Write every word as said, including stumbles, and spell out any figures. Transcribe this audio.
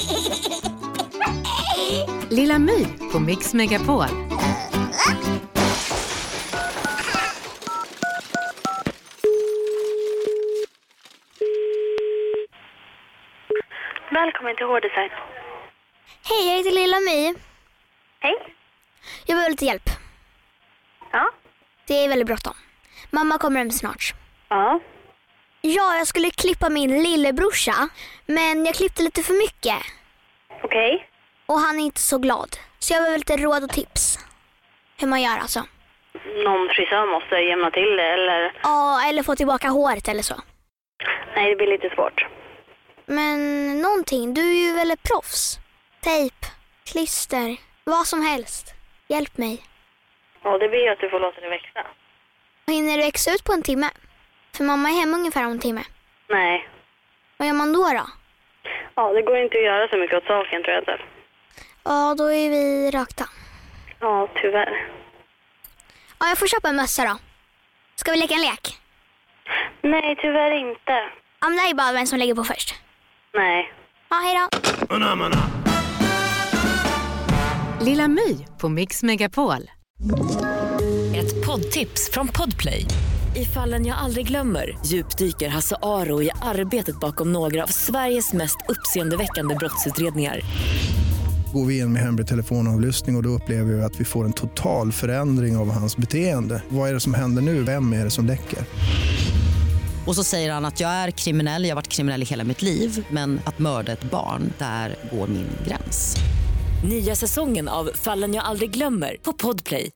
Lilla My på Mix Megapol. Välkommen till Hårddesign. Hej, jag heter Lilla My. Hej. Jag behöver lite hjälp. Ja. Det är väldigt bråttom. Mamma kommer hem snart. Ja. Ja, jag skulle klippa min lillebrorsa, men jag klippte lite för mycket. Okej. Okay. Och han är inte så glad. Så jag behöver lite råd och tips. Hur man gör alltså. Någon frisör måste jämna till det, eller? Ja, eller få tillbaka håret eller så. Nej, det blir lite svårt. Men någonting, du är ju väl proffs. Tejp, klister, vad som helst. Hjälp mig. Ja, det blir att du får låta det växa. Hinner det växa ut på en timme? För mamma är hemma ungefär om en timme. Nej. Vad gör man då då? Ja, det går inte att göra så mycket åt saken, tror jag inte. Ja, då är vi rökta. Ja, tyvärr. Ja, jag får köpa en mössa då. Ska vi leka en lek? Nej, tyvärr inte. Ja, men det är bara vem som lägger på först. Nej. Ja, hej då. Lilla My på Mix Megapol. Ett poddtips från Podplay. I Fallen jag aldrig glömmer djupdyker Hasse Aro i arbetet bakom några av Sveriges mest uppseendeväckande brottsutredningar. Går vi in med hemlig telefonavlyssning och, och då upplever vi att vi får en total förändring av hans beteende. Vad är det som händer nu? Vem är det som läcker? Och så säger han att jag är kriminell, jag har varit kriminell i hela mitt liv. Men att mörda ett barn, där går min gräns. Nya säsongen av Fallen jag aldrig glömmer på Podplay.